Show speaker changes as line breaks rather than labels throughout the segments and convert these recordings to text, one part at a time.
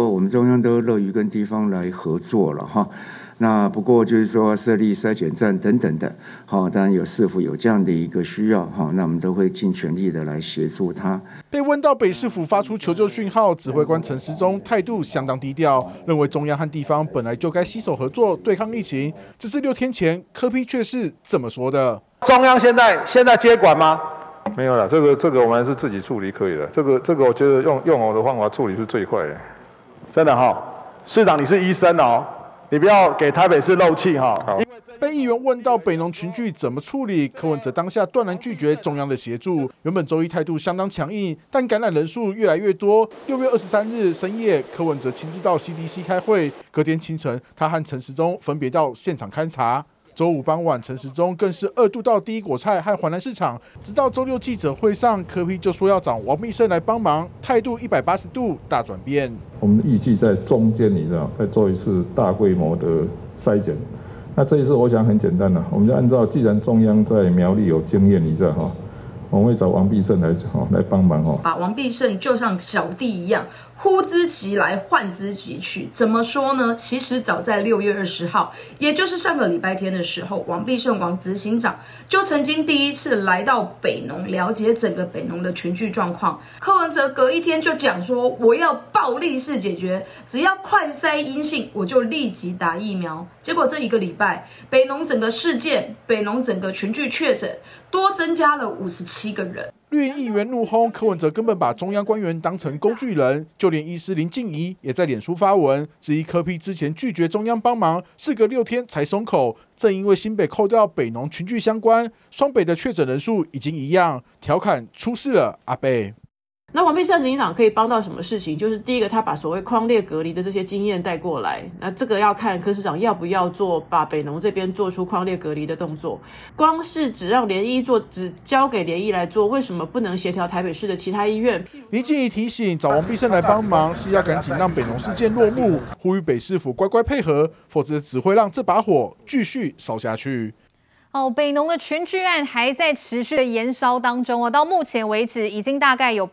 说我们中央都乐于跟地方来合作了哈。那不过就是说设立筛检站等等的，好，当然是否有这样的一个需要，好，那我们都会尽全力的来协助他。
被问到北市府发出求救讯号，指挥官陈时中态度相当低调，认为中央和地方本来就该携手合作对抗疫情。只是6天前，柯 P 却是这么说的：
中央现在接管吗？
没有了，这个我们是自己处理可以的。这个我觉得用我的方法处理是最快的。
真的哈，市长你是医生哦。你不要给台北市漏气哈！
被议员问到北农群聚怎么处理，柯文哲当下断然拒绝中央的协助。原本周一态度相当强硬，但感染人数越来越多。6月23日深夜，柯文哲亲自到 CDC 开会，隔天清晨，他和陈时中分别到现场勘查。周五傍晚，陈时中更是2度到第一果菜和环南市场，直到周六记者会上，柯 P 就说要找王必胜来帮忙，态度180度大转变。
我们预计在中间，你知道，再做一次大规模的筛检。那这一次我想很简单了，我们就按照，既然中央在苗栗有经验，你知道哈，我们会找王必胜来帮忙哈，
把王必胜就像小弟一样，呼之即来，唤之即去。怎么说呢？其实早在6月20号，也就是上个礼拜天的时候，王必胜王执行长就曾经第一次来到北农，了解整个北农的群聚状况。柯文哲隔一天就讲说，我要暴力式解决，只要快筛阴性，我就立即打疫苗。结果这1个礼拜，北农整个事件，北农整个群聚确诊多增加了57个人。
绿营议员怒轰柯文哲根本把中央官员当成工具人，就连医师林静怡也在脸书发文质疑柯 P 之前拒绝中央帮忙，事隔6天才松口。正因为新北扣掉北农群聚相关，双北的确诊人数已经一样，调侃出事了阿伯。
那王必胜执行长可以帮到什么事情？就是第一个，他把所谓匡列隔离的这些经验带过来，那这个要看柯市长要不要做，把北农这边做出匡列隔离的动作。光是只让联医做，只交给联医来做，为什么不能协调台北市的其他医院？
林静怡提醒，找王必胜来帮忙是要赶紧让北农事件落幕，呼吁北市府乖乖配合，否则只会让这把火继续烧下去。
北农的群聚案还在持续的延烧当中哦，到目前为止已经大概有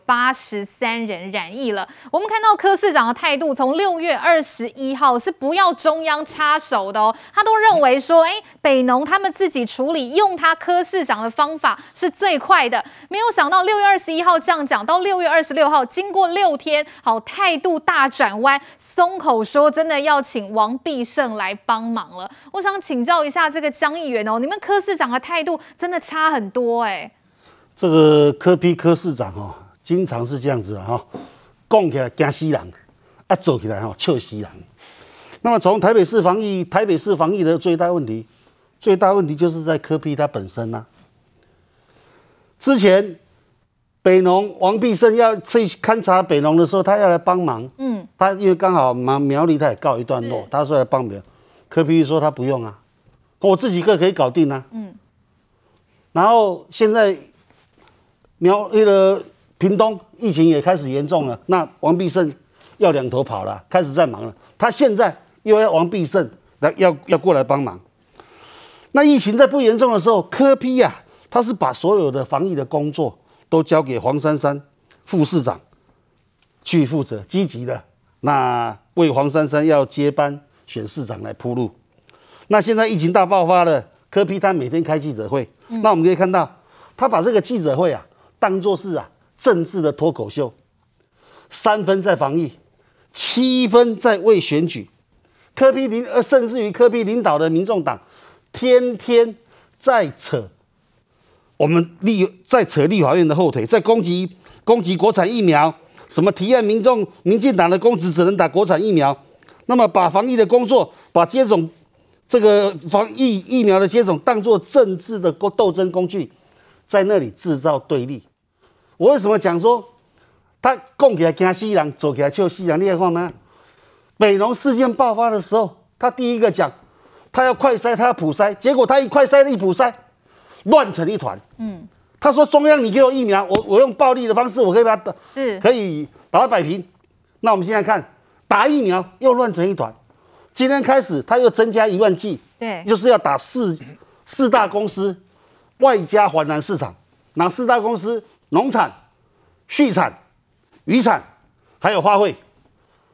83人染疫了。我们看到柯市长的态度，从6月21号是不要中央插手的哦，他都认为说，北农他们自己处理，用他柯市长的方法是最快的。没有想到6月21号这样讲，到6月26号，经过6天，态度大转弯，松口说真的要请王必胜来帮忙了。我想请教一下这个江议员哦，你们柯市长的态度真的差很多
这个柯市长经常是这样子讲起来惊死人，做起来笑死人。那么从台北市防疫的最大问题就是在柯 P 他本身啊。之前北农王必胜要去勘察北农的时候，他要来帮忙，他因为刚好苗栗他也告一段落，他说来帮忙，柯 P 说他不用啊。我自己可以搞定啊，然后现在屏东疫情也开始严重了，那王必胜要两头跑了，开始在忙了。他现在又要王必胜要过来帮忙。那疫情在不严重的时候，柯 P 他是把所有的防疫的工作都交给黄珊珊副市长去负责，积极的那为黄珊珊要接班选市长来铺路。那现在疫情大爆发了，柯 P 他每天开记者会，那我们可以看到，他把这个记者会当作是政治的脱口秀，3分在防疫，7分在为选举。甚至于柯 P 领导的民众党，天天在扯立法院的后腿，在攻击国产疫苗，什么提案民进党的公职只能打国产疫苗，那么把防疫的工作，把接种这个防疫苗的接种当作政治的斗争工具，在那里制造对立。我为什么讲说他讲起来惊死人，做起来笑死人？你来看吗？北农事件爆发的时候，他第一个讲他要快筛，他要普筛，结果他一快筛一普筛，乱成一团。他说中央你给我疫苗，我用暴力的方式，我可以把它摆平。那我们现在看打疫苗又乱成一团。今天开始，他又增加1万剂，
对，
就是要打四大公司，外加环南市场。哪4大公司？农产、畜产、渔产，还有花卉。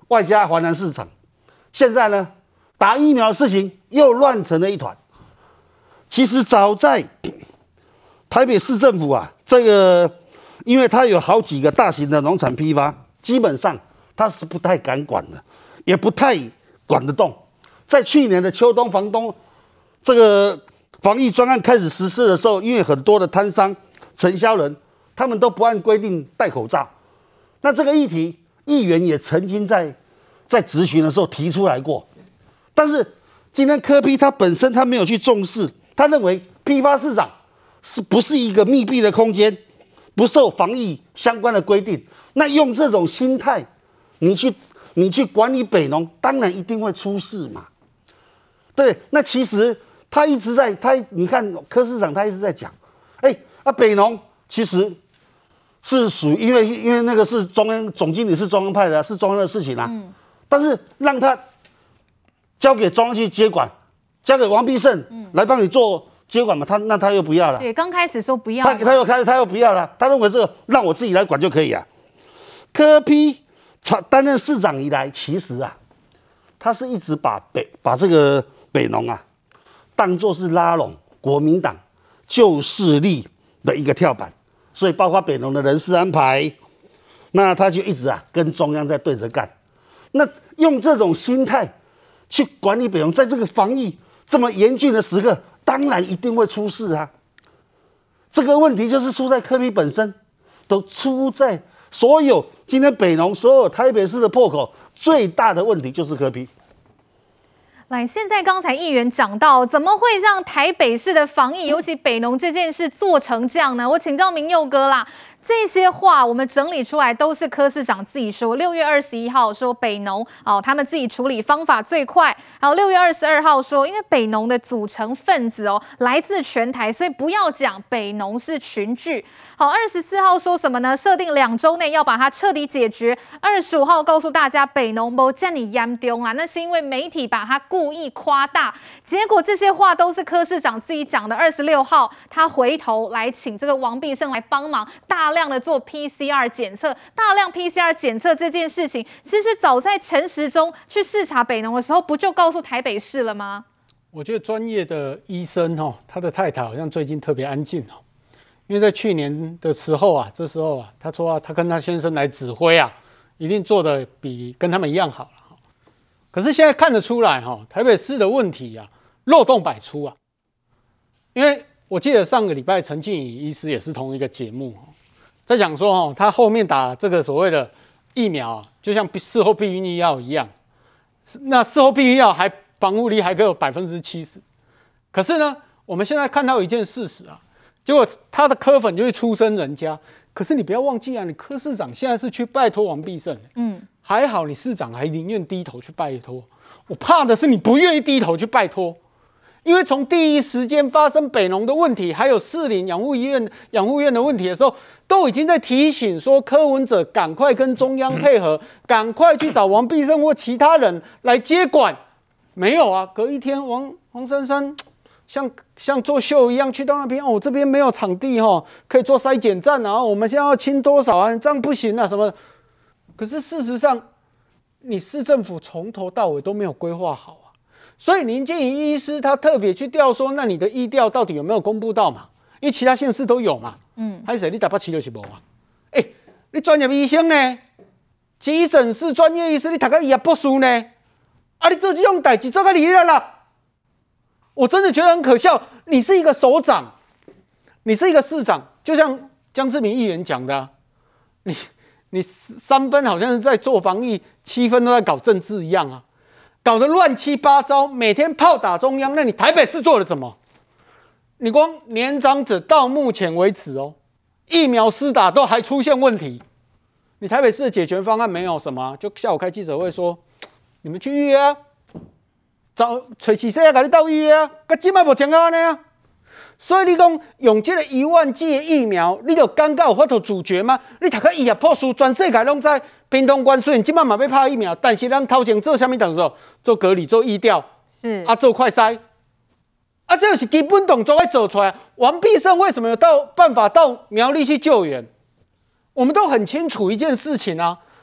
外加华南市场，现在呢，打疫苗的事情又乱成了一团。其实早在台北市政府啊，这个因为它有好几个大型的农产批发，基本上它是不太敢管的，也不太管得动。在去年的秋冬防冬这个防疫专案开始实施的时候，因为很多的摊商、承销人他们都不按规定戴口罩，那这个议题，议员也曾经在质询的时候提出来过，但是今天柯 P 他本身他没有去重视，他认为批发市场是不是一个密闭的空间，不受防疫相关的规定，那用这种心态，你去管理北农，当然一定会出事嘛。对，那其实他一直在你看柯市长他一直在讲，北农其实是属于因为那个是中央总经理是中央派的，是中央的事情啊。但是让他交给中央去接管，交给王必胜来帮你做接管嘛，他又不要了。
对，刚开始说不要，
他又不要了，他认为这个让我自己来管就可以啊。柯 P 担任市长以来，其实啊，他是一直把这个北农啊，当作是拉拢国民党旧势力的一个跳板，所以包括北农的人事安排，那他就一直啊跟中央在对着干。那用这种心态去管理北农，在这个防疫这么严峻的时刻，当然一定会出事啊。这个问题就是出在柯 P 本身，都出在所有今天北农所有台北市的破口，最大的问题就是柯 P。
来，现在刚才议员讲到，怎么会让台北市的防疫，尤其北农这件事做成这样呢？我请教明佑哥啦。这些话我们整理出来都是柯市长自己说。6月21号说北农他们自己处理方法最快。还有6月22号说，因为北农的组成分子来自全台，所以不要讲北农是群聚。好，24号说什么呢？设定2周内要把它彻底解决。25号告诉大家北农没这么严重啦，那是因为媒体把它故意夸大。结果这些话都是柯市长自己讲的。26号他回头来请这个王必胜来帮忙，大量的做 PCR 检测，大量 PCR 检测这件事情，其实早在陈时中去视察北农的时候，不就告诉台北市了吗？
我觉得专业的医生他的太太好像最近特别安静因为在去年的时候啊，这时候啊，他说他跟他先生来指挥啊，一定做得比跟他们一样好了可是现在看得出来台北市的问题啊，漏洞百出啊，因为我记得上个礼拜陈静怡医师也是同一个节目在讲说他后面打这个所谓的疫苗就像事后避孕药一样，那事后避孕药还防护力还可以有70%，可是呢，我们现在看到一件事实啊，结果他的柯粉就会出身人家，可是你不要忘记啊，你柯市长现在是去拜托王必胜，还好你市长还宁愿低头去拜托，我怕的是你不愿意低头去拜托。因为从第一时间发生北农的问题，还有士林养护院的问题的时候，都已经在提醒说柯文哲赶快跟中央配合，赶快去找王必胜或其他人来接管。没有啊，隔一天黄珊珊像做秀一样去到那边这边没有场地可以做筛检站啊，我们现在要清多少啊，这样不行啊什么。可是事实上，你市政府从头到尾都没有规划好。所以林建怡医师他特别去调说，那你的疫调到底有没有公布到嘛？因为其他县市都有嘛。还是你台北市就是无啊？你专业医生呢？急诊室专业医师，你读个医学博士呢？你做这种代志做个离了啦！我真的觉得很可笑。你是一个首长，你是一个市长，就像江志明议员讲的你3分好像是在做防疫，7分都在搞政治一样啊。搞得乱七八糟，每天炮打中央，那你台北市做了什么？你光年长者到目前为止疫苗施打都还出现问题，你台北市的解决方案没有什么？就下午开记者会说，你们去预约啊，找找市社给你到预约啊，可现在没讲到呢。所以你讲用这个1万剂的疫苗，你就感觉有法度自觉吗？你读个医学博士，全世界拢知。屏东县虽然今晚嘛要拍疫苗，但是咱头前做什么动作？做隔离、做疫调，做快筛，这就是基本动作要做出来。王必胜为什么有办法到苗栗去救援？我们都很清楚一件事情啊，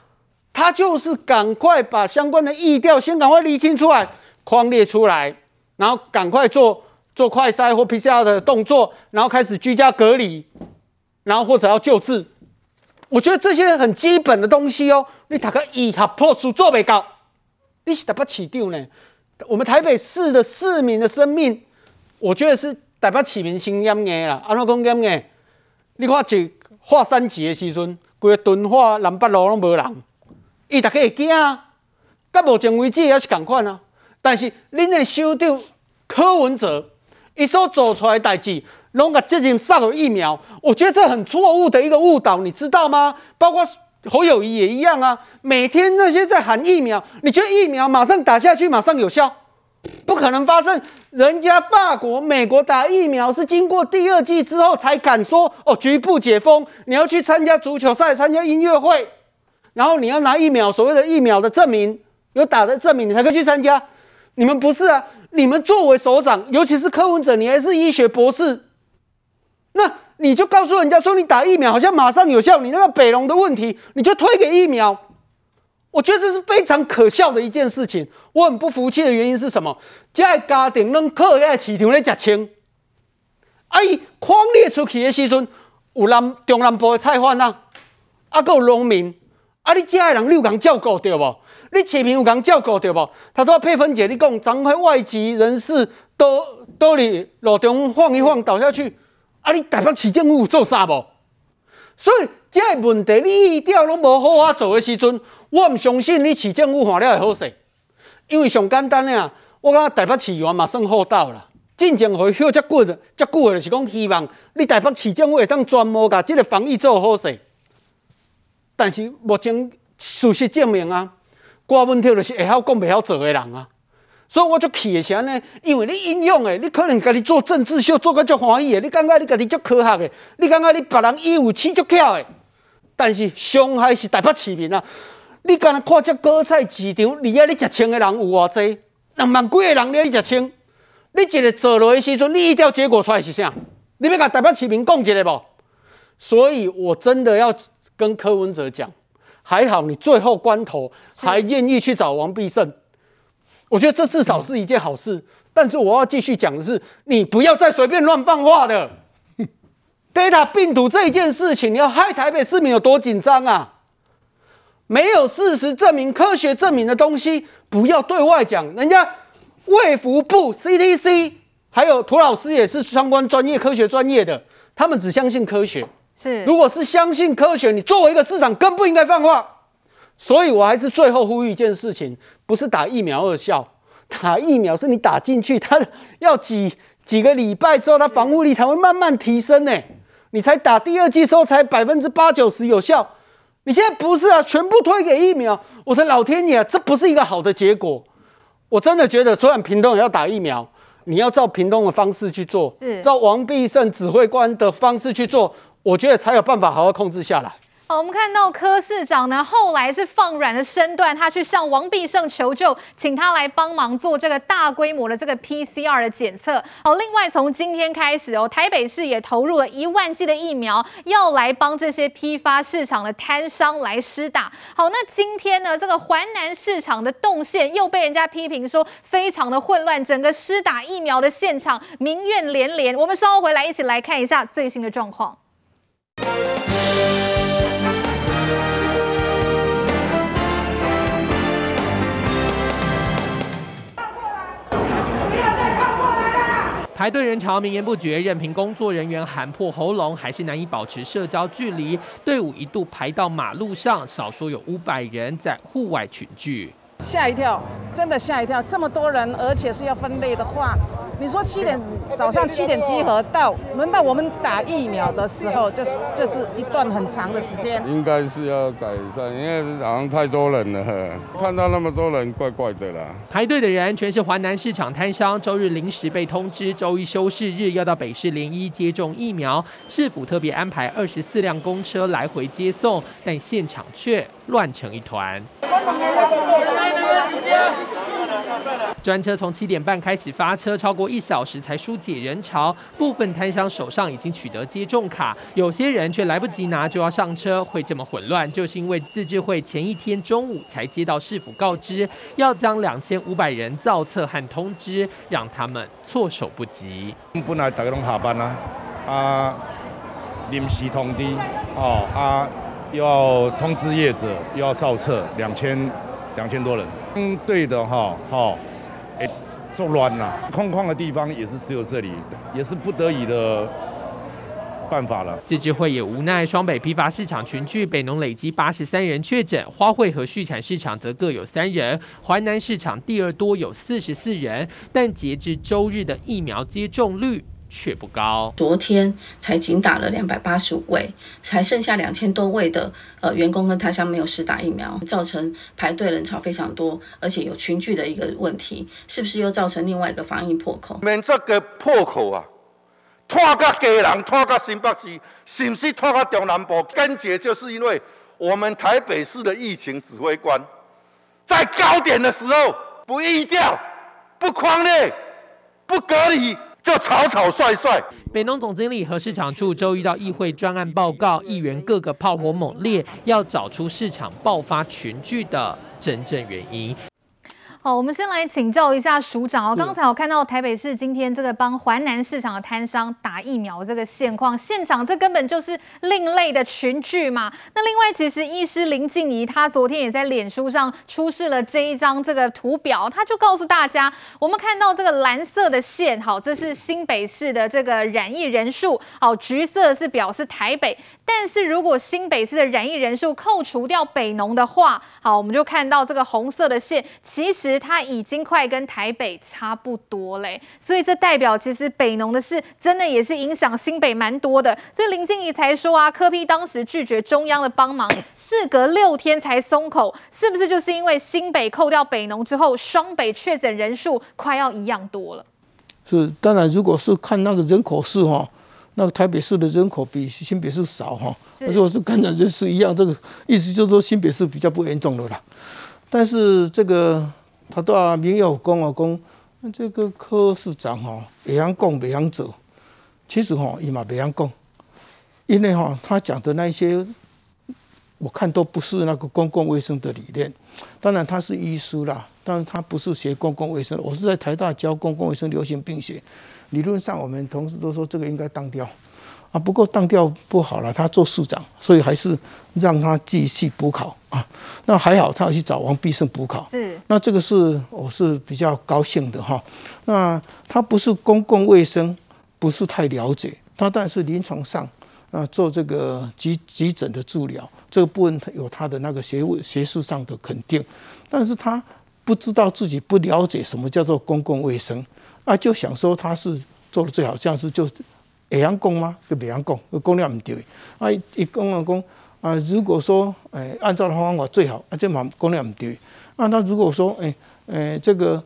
他就是赶快把相关的疫调先赶快厘清出来，框列出来，然后赶快做快筛或 PCR 的动作，然后开始居家隔离，然后或者要救治。我觉得这些很基本的东西哦，你大概医学措施做不到，你是台北市长呢？我们台北市的市民的生命，我觉得是台北市民先严的啦。安怎讲严的？你看划3级的时阵，规个敦化、南北路拢无人，伊大家会惊啊。到目前为止也是同款啊。但是恁的首长柯文哲，伊所做出来的代志，拢把责任撒给疫苗，我觉得这很错误的一个误导，你知道吗？包括侯友宜也一样啊，每天那些在喊疫苗，你觉得疫苗马上打下去马上有效？不可能发生。人家法国、美国打疫苗是经过第2剂之后才敢说哦，局部解封，你要去参加足球赛、参加音乐会，然后你要拿疫苗所谓的疫苗的证明，有打的证明，你才可以去参加。你们不是啊？你们作为首长，尤其是柯文哲，你还是医学博士，那你就告诉人家说你打疫苗好像马上有效，你那个北农的问题你就推给疫苗。我觉得这是非常可笑的一件事情。我很不服气的原因是什么？这些家庭拢靠在市场咧食青，伊框列出去的时阵，有中南部的菜贩啊，还有农民，你这些人你有人照顾到无？你市民有人照顾到无？他都佩芬姐你讲，咱迄外籍人士都伫路中晃一晃倒下去，你台北市政府有做啥无？所以这个问题你疫调拢无好好做的时阵，我唔相信你市政府换了会好势。因为上简单的我感觉台北市员嘛算厚道啦。进前会休遮久的，就是讲希望你台北市政府会当专门把这个防疫做好势。但是目前事实证明啊，大问题就是会晓讲袂晓做的人啊。所以我就气的是安尼，因为你应用的，你可能家己做政治秀做到足欢喜的，你感觉你家己足科学的，你感觉你别人一武七足巧的，但是伤害是台北市民啊！你敢若看这果菜市场，你食青的人有偌济？2万几个人咧食青，你一个做落的时阵，你一条结果出来是啥？你要甲台北市民讲一个无？所以我真的要跟柯文哲讲，还好你最后关头还愿意去找王必胜。我觉得这至少是一件好事，但是我要继续讲的是，你不要再随便乱放话的。Delta 病毒这一件事情，你要害台北市民有多紧张啊？没有事实证明、科学证明的东西，不要对外讲。人家卫福部、CDC 还有涂老师也是相关专业、科学专业的，他们只相信科学。
是，
如果是相信科学，你作为一个市长更不应该放话。所以我还是最后呼吁一件事情，不是打疫苗有效，打疫苗是你打进去，它要几个礼拜之后，它防护力才会慢慢提升呢。你才打第2剂时候才80%-90%有效，你现在不是啊，全部推给疫苗，我的老天爷啊，这不是一个好的结果。我真的觉得，虽然屏东也要打疫苗，你要照屏东的方式去做，照王必胜指挥官的方式去做，我觉得才有办法好好控制下来。
好，我们看到柯市长呢，后来是放软了身段，他去向王必胜求救，请他来帮忙做这个大规模的这个 PCR 的检测。好，另外从今天开始哦，台北市也投入了1万剂的疫苗，要来帮这些批发市场的摊商来施打。好，那今天呢，这个环南市场的动线又被人家批评说非常的混乱，整个施打疫苗的现场民怨连连。我们稍后回来一起来看一下最新的状况。
排队人潮绵延不绝，任凭工作人员喊破喉咙，还是难以保持社交距离。队伍一度排到马路上，少说有500人在户外群聚。
吓一跳，真的吓一跳！这么多人，而且是要分类的话，你说早上7点集合，轮到我们打疫苗的时候，就是一段很长的时间。
应该是要改善，因为好像太多人了，看到那么多人，怪怪的啦。
排队的人全是环南市场摊商，周日临时被通知，周一休市日要到北市联医接种疫苗，市府特别安排24辆公车来回接送，但现场却乱成一团。 专车从7点半开始发车，超过1小时才疏解人潮。部分摊商手上已经取得接种卡，有些人却来不及拿就要上车，会这么混乱，就是因为自治会前一天中午才接到市府告知，要将2500人造册和通知，让他们措手不及。
本来大家拢下班啦，临时通知又要通知业者，又要造册2000多人，对的做乱了，空旷的地方也是只有这里，也是不得已的办法了。
自治会也无奈，双北批发市场群聚，北农累积83人确诊，花卉和畜产市场则各有3人，淮南市场第二多有44人，但截至周日的疫苗接种率却不高。
昨天才仅打了285位，才剩下2000多位的员工跟摊商没有施打疫苗，造成排队人潮非常多，而且有群聚的一个问题，是不是又造成另外一个防疫破口？
免这个破口拖到基隆，拖到新北市，是不是拖到中南部？根结就是因为我们台北市的疫情指挥官在高点的时候不疫调、不匡列、不隔离，就草草率率。
北农总经理和市场处周一到议会专案报告，议员各个炮火猛烈，要找出市场爆发群聚的真正原因。
好，我们先来请教一下署长哦。刚才我看到台北市今天这个帮淮南市场的摊商打疫苗这个现况，现场这根本就是另类的群聚嘛。那另外，其实医师林静怡她昨天也在脸书上出示了这一张这个图表，她就告诉大家，我们看到这个蓝色的线，好，这是新北市的这个染疫人数，好，橘色是表示台北。但是如果新北市的染疫人数扣除掉北农的话，好，我们就看到这个红色的线，其实它已经快跟台北差不多嘞。所以这代表其实北农的事真的也是影响新北蛮多的。所以林静怡才说啊，柯 P 当时拒绝中央的帮忙，事隔6天才松口，是不是就是因为新北扣掉北农之后，双北确诊人数快要一样多了？
是，当然如果是看那个人口数那个台北市的人口比新北市少如果是感染人数一样，这个意思就是说新北市比较不严重的啦。但是这个他都民有讲这个柯市长会晓讲袂晓做，其实伊嘛袂晓讲，因为他讲的那些我看都不是那个公共卫生的理念。当然他是医师啦，但是他不是学公共卫生的。我是在台大教公共卫生流行病学，理论上我们同事都说这个应该当掉不过当掉不好了，他做市长，所以还是让他继续补考那还好，他要去找王必胜补考，那这个我是比较高兴的那他不是公共卫生，不是太了解，他当然是临床上做这个急诊的治疗，这个部分有他的那个学术上的肯定，但是他不知道自己不了解什么叫做公共卫生就想说他是做的最好，像是就会晓讲吗？就袂晓讲，讲了唔对。伊讲如果说按照的方法最好，这嘛讲了唔对。那如果说这个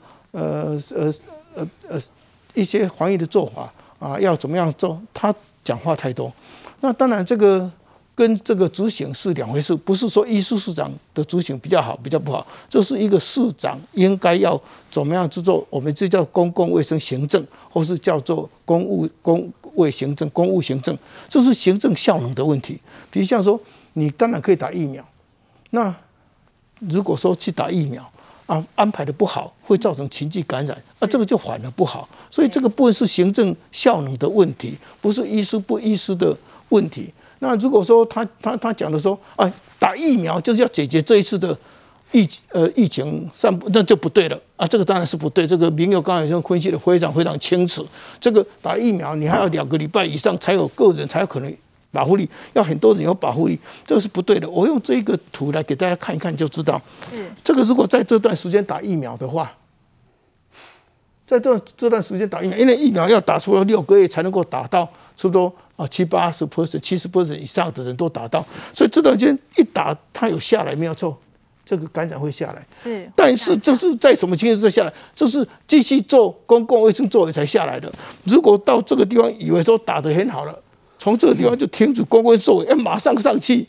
一些防疫的做法要怎么样做？他讲话太多。那当然这个跟这个执行是两回事，不是说医师市长的执行比较好，比较不好，这是一个市长应该要怎么样去做，我们这叫公共卫生行政，或是叫做公务行政，这是行政效能的问题。比如像说，你当然可以打疫苗，那如果说去打疫苗安排的不好，会造成群聚感染，这个就反而不好。所以这个部分是行政效能的问题，不是医师不医师的问题。那如果说他讲的说，打疫苗就是要解决这一次的疫情散布，那就不对了这个当然是不对。这个民友刚才分析的非常非常清楚，这个打疫苗你还要2个礼拜以上才有个人才有可能保护力，要很多人有保护力，这个是不对的。我用这个图来给大家看一看就知道，这个如果在这段时间打疫苗的话，在这段时间打疫苗，因为疫苗要打出了6个月才能够打到差不多70-80%、70% 以上的人都打到，所以这段时间一打，它有下来没有错，这个感染会下来。但是这是在什么情况之下下来？就是继续做公共卫生作为才下来的。如果到这个地方以为说打得很好了，从这个地方就停止公共卫生作为，马上上去，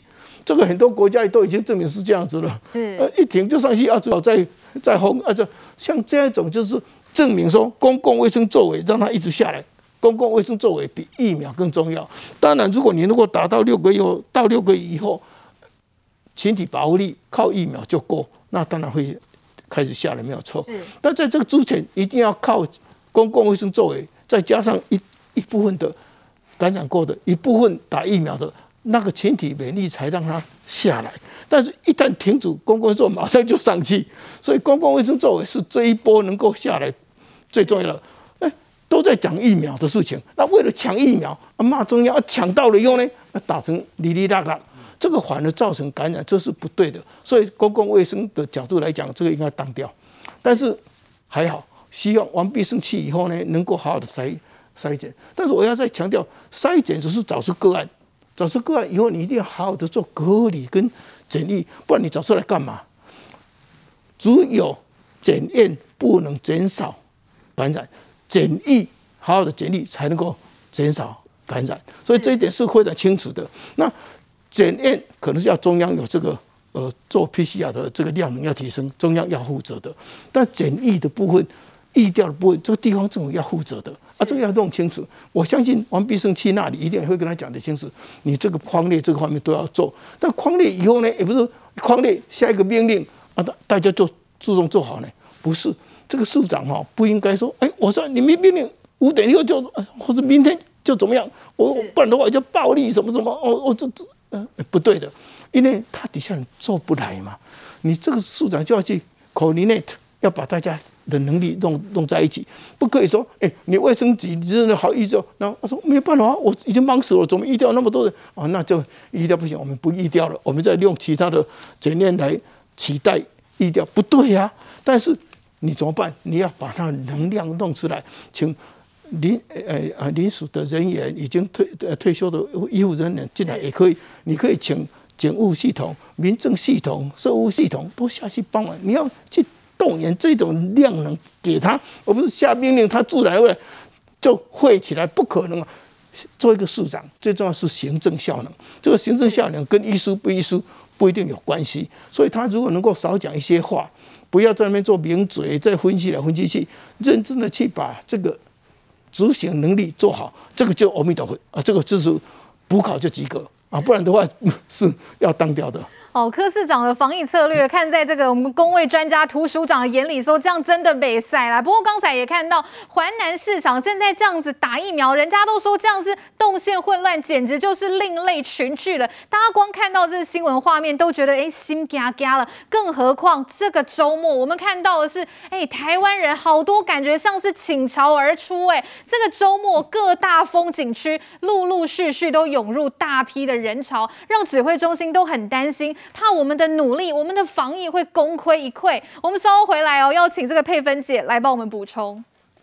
这个很多国家都已经证明是这样子了。一停就上去，只好再轰，像这种就是证明说公共卫生作为让它一直下来。公共卫生作为比疫苗更重要。当然，如果你能够达到6个月以后，群体保护力靠疫苗就够，那当然会开始下来，没有错。但在这个之前，一定要靠公共卫生作为，再加上一部分的感染过的，一部分打疫苗的，那个群体免疫才让它下来。但是，一旦停止公共卫生作为，马上就上去。所以，公共卫生作为是这一波能够下来最重要的。都在讲疫苗的事情，那为了抢疫苗，骂中央，抢到了以后呢，打成哩哩啦啦，这个反而造成感染，这是不对的。所以公共卫生的角度来讲，这个应该当掉。但是还好，希望完必胜去以后呢，能够好好的筛检。但是我要再强调，筛检只是找出个案，找出个案以后，你一定要好好的做隔离跟检疫，不然你找出来干嘛？只有检验不能减少感染。检疫好好的检疫才能够减少感染，所以这一点是非常清楚的。那检验可能是要中央有这个做 PCR 的这个量能要提升，中央要负责的。但检疫的部分、疫调的部分，这个地方政府要负责的这个要弄清楚。我相信王必胜去那里一定也会跟他讲得清楚，你这个匡列这个方面都要做。但匡列以后呢，也不是匡列下一个命令大家就自动做好呢，不是。这个市长不应该说，我说你们命令5点以后就，或者明天就怎么样，不然的话就暴力什么什么，不对的，因为他底下人做不来嘛，你这个市长就要去 coordinate， 要把大家的能力弄在一起，不可以说，你卫生局真的好疫调，然后我说没有办法，我已经忙死了，怎么疫调那么多人那就疫调不行，我们不疫调了，我们再用其他的检验来取代疫调，不对呀，但是。你怎么办？你要把它能量弄出来，请临署的人员已经退休的医护人员进来也可以，你可以请警务系统、民政系统、社务系统都下去帮忙。你要去动员这种量能给他，而不是下命令他自然而然就会起来，不可能啊！做一个市长，最重要是行政效能。这个行政效能跟医师不医师不一定有关系，所以他如果能够少讲一些话。不要在那边做名嘴，再分析来分析去，认真的去把这个执行能力做好，这个就阿弥陀佛这个就是补考就及格不然的话是要当掉的。
柯市长的防疫策略，看在这个我们公卫专家涂署长的眼里说，这样真的没赛啦。不过刚才也看到环南市场现在这样子打疫苗，人家都说这样是动线混乱，简直就是另类群聚了。大家光看到这个新闻画面都觉得心嘎嘎了，更何况这个周末我们看到的是台湾人好多感觉像是倾巢而出这个周末各大风景区陆陆续续都涌入大批的人潮，让指挥中心都很担心。怕我们的努力，我们的防疫会功亏一篑。我们稍后回来要请这个佩芬姐来帮我们补充。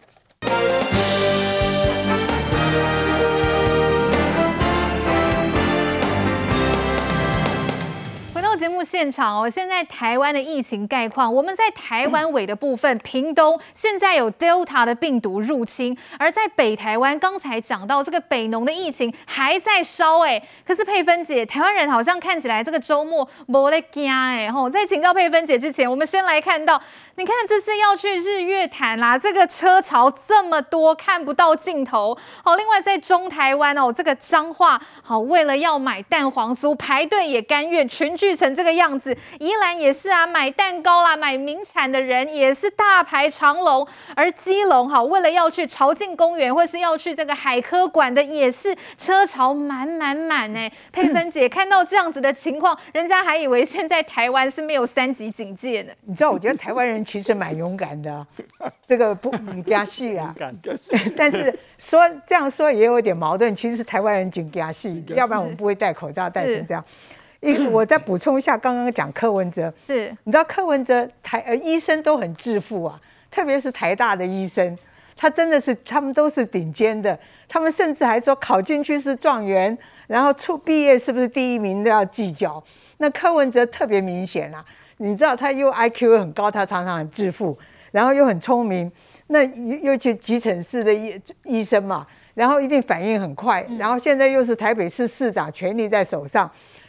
节目现场现在台湾的疫情概况，我们在台湾尾的部分，屏东现在有 Delta 的病毒入侵，而在北台湾，刚才讲到这个北农的疫情还在烧可是佩芬姐，台湾人好像看起来这个周末没在怕在请教佩芬姐之前，我们先来看到，你看这是要去日月潭啦，这个车潮这么多，看不到尽头。另外在中台湾这个彰化为了要买蛋黄酥排队也甘愿群聚成这个样子，宜兰也是买蛋糕啦，买名产的人也是大排长龙，而基隆为了要去潮境公园或是要去这个海科馆的也是车潮满佩芬姐看到这样子的情况，人家还以为现在台湾是没有3级警戒呢。
你知道，我觉得台湾人其实蛮勇敢的，这个不怕死啊，但是这样说也有点矛盾，其实台湾人真怕死，要不然我们不会戴口罩戴成这样。我再补充一下，刚刚讲柯文哲，你知道柯文哲医生都很致富啊，特别是台大的医生，他真的是他们都是顶尖的，他们甚至还说考进去是状元，然后毕业是不是第1名都要计较。那柯文哲特别明显啦，你知道他又 IQ 很高，他常常很致富，然后又很聪明，那尤其急诊室的医生嘛，然后一定反应很快，然后现在又是台北市市长，权力在手上。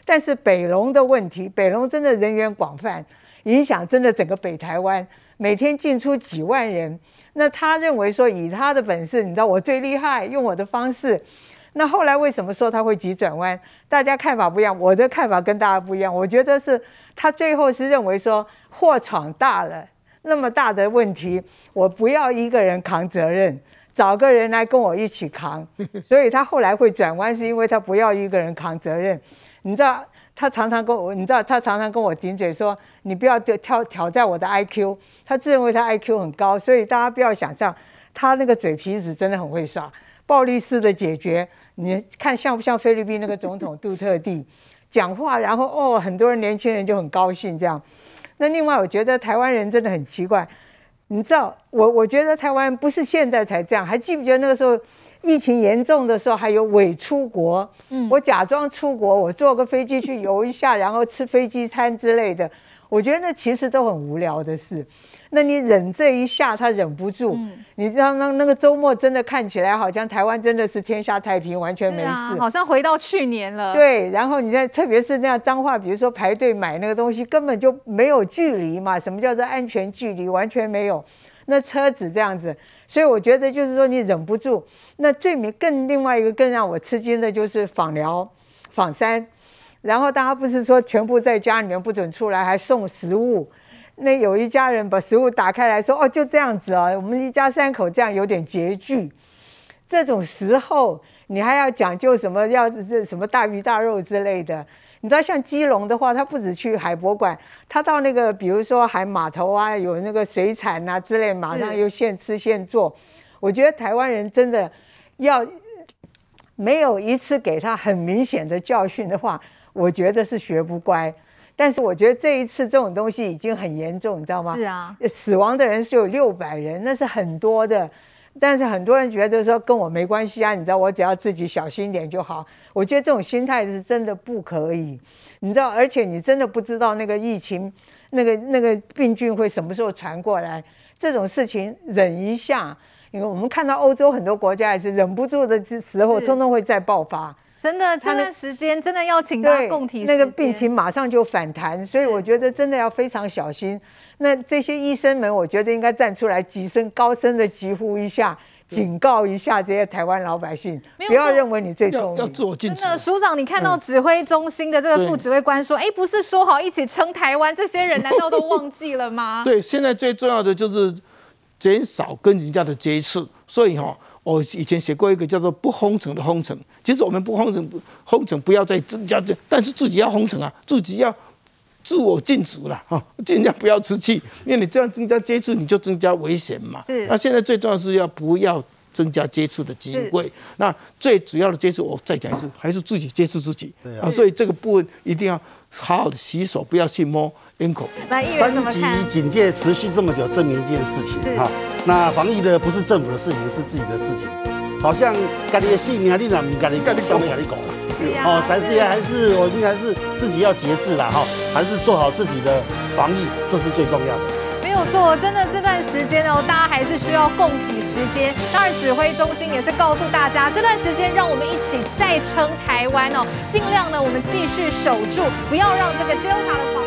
但是北农的问题，北农真的人员广泛，影响真的整个北台湾，每天进出几万人。那他认为说以他的本事，你知道我最厉害，用我的方式。那后来为什么说他会急转弯？大家看法不一样，我的看法跟大家不一样。我觉得是他最后是认为说祸闯大了，那么大的问题，我不要一个人扛责任，找个人来跟我一起扛。所以他后来会转弯，是因为他不要一个人扛责任。你知道他常常跟我顶嘴说，你不要挑战我的 IQ。他自认为他 IQ 很高，所以大家不要想象他那个嘴皮子真的很会耍，暴力式的解决。你看像不像菲律宾那个总统杜特地讲话，然后很多人年轻人就很高兴这样。那另外我觉得台湾人真的很奇怪，你知道我觉得台湾不是现在才这样，还记不记得那个时候疫情严重的时候还有伪出国？我假装出国，我坐个飞机去游一下，然后吃飞机餐之类的。我觉得那其实都很无聊的事。那你忍这一下，他忍不住。你知道那个周末真的看起来好像台湾真的是天下太平，完全没事，
好像回到去年了。
对，然后你在特别是那样彰化，比如说排队买那个东西，根本就没有距离嘛。什么叫做安全距离？完全没有。那车子这样子，所以我觉得就是说你忍不住。那另外一个更让我吃惊的就是访寮、访山，然后大家不是说全部在家里面不准出来，还送食物。那有一家人把食物打开来说，就这样子我们一家3口这样有点拮据。这种时候你还要讲究什么什么大鱼大肉之类的。你知道像基隆的话，他不止去海博馆，他到那个比如说海码头啊，有那个水产啊之类，马上又现吃现做。我觉得台湾人真的要没有一次给他很明显的教训的话，我觉得是学不乖。但是我觉得这一次这种东西已经很严重，你知道吗？
是啊，
死亡的人是有600人，那是很多的。但是很多人觉得说跟我没关系啊，你知道，我只要自己小心点就好。我觉得这种心态是真的不可以，你知道，而且你真的不知道那个疫情、那个病菌会什么时候传过来，这种事情忍一下。因为我们看到欧洲很多国家也是忍不住的时候，通通会再爆发。
真的，这段时间真的要请大家共体时间，
那个病情马上就反弹，所以我觉得真的要非常小心。那这些医生们，我觉得应该站出来高声的疾呼一下，警告一下这些台湾老百姓，不要认为你最聪明，
要自我禁止。
真的，署长，你看到指挥中心的这个副指挥官说，不是说好一起撑台湾，这些人难道都忘记了吗？
对，现在最重要的就是减少跟人家的接触，所以我以前写过一个叫做不封城的封城，其实我们不封城不要再增加，但是自己要封城啊，自己要自我禁足了尽量不要出去，因为你这样增加接触，你就增加危险嘛。那现在最重要是不要增加接触的机会。那最主要的接触，我再讲一次，还是自己接触自己所以这个部分一定要好好的洗手，不要去摸咽口。
3级警戒持续这么久，证明一件事情那防疫的不是政府的事情，是自己的事情。好像家里的性命，你若唔家里讲，小妹家里讲啦。3C我应该是自己要节制啦还是做好自己的防疫，这是最重要的。
没有错，真的这段时间大家还是需要共体时间。当然，指挥中心也是告诉大家，这段时间让我们一起再撑台湾尽量呢，我们继续守住，不要让这个 Delta 的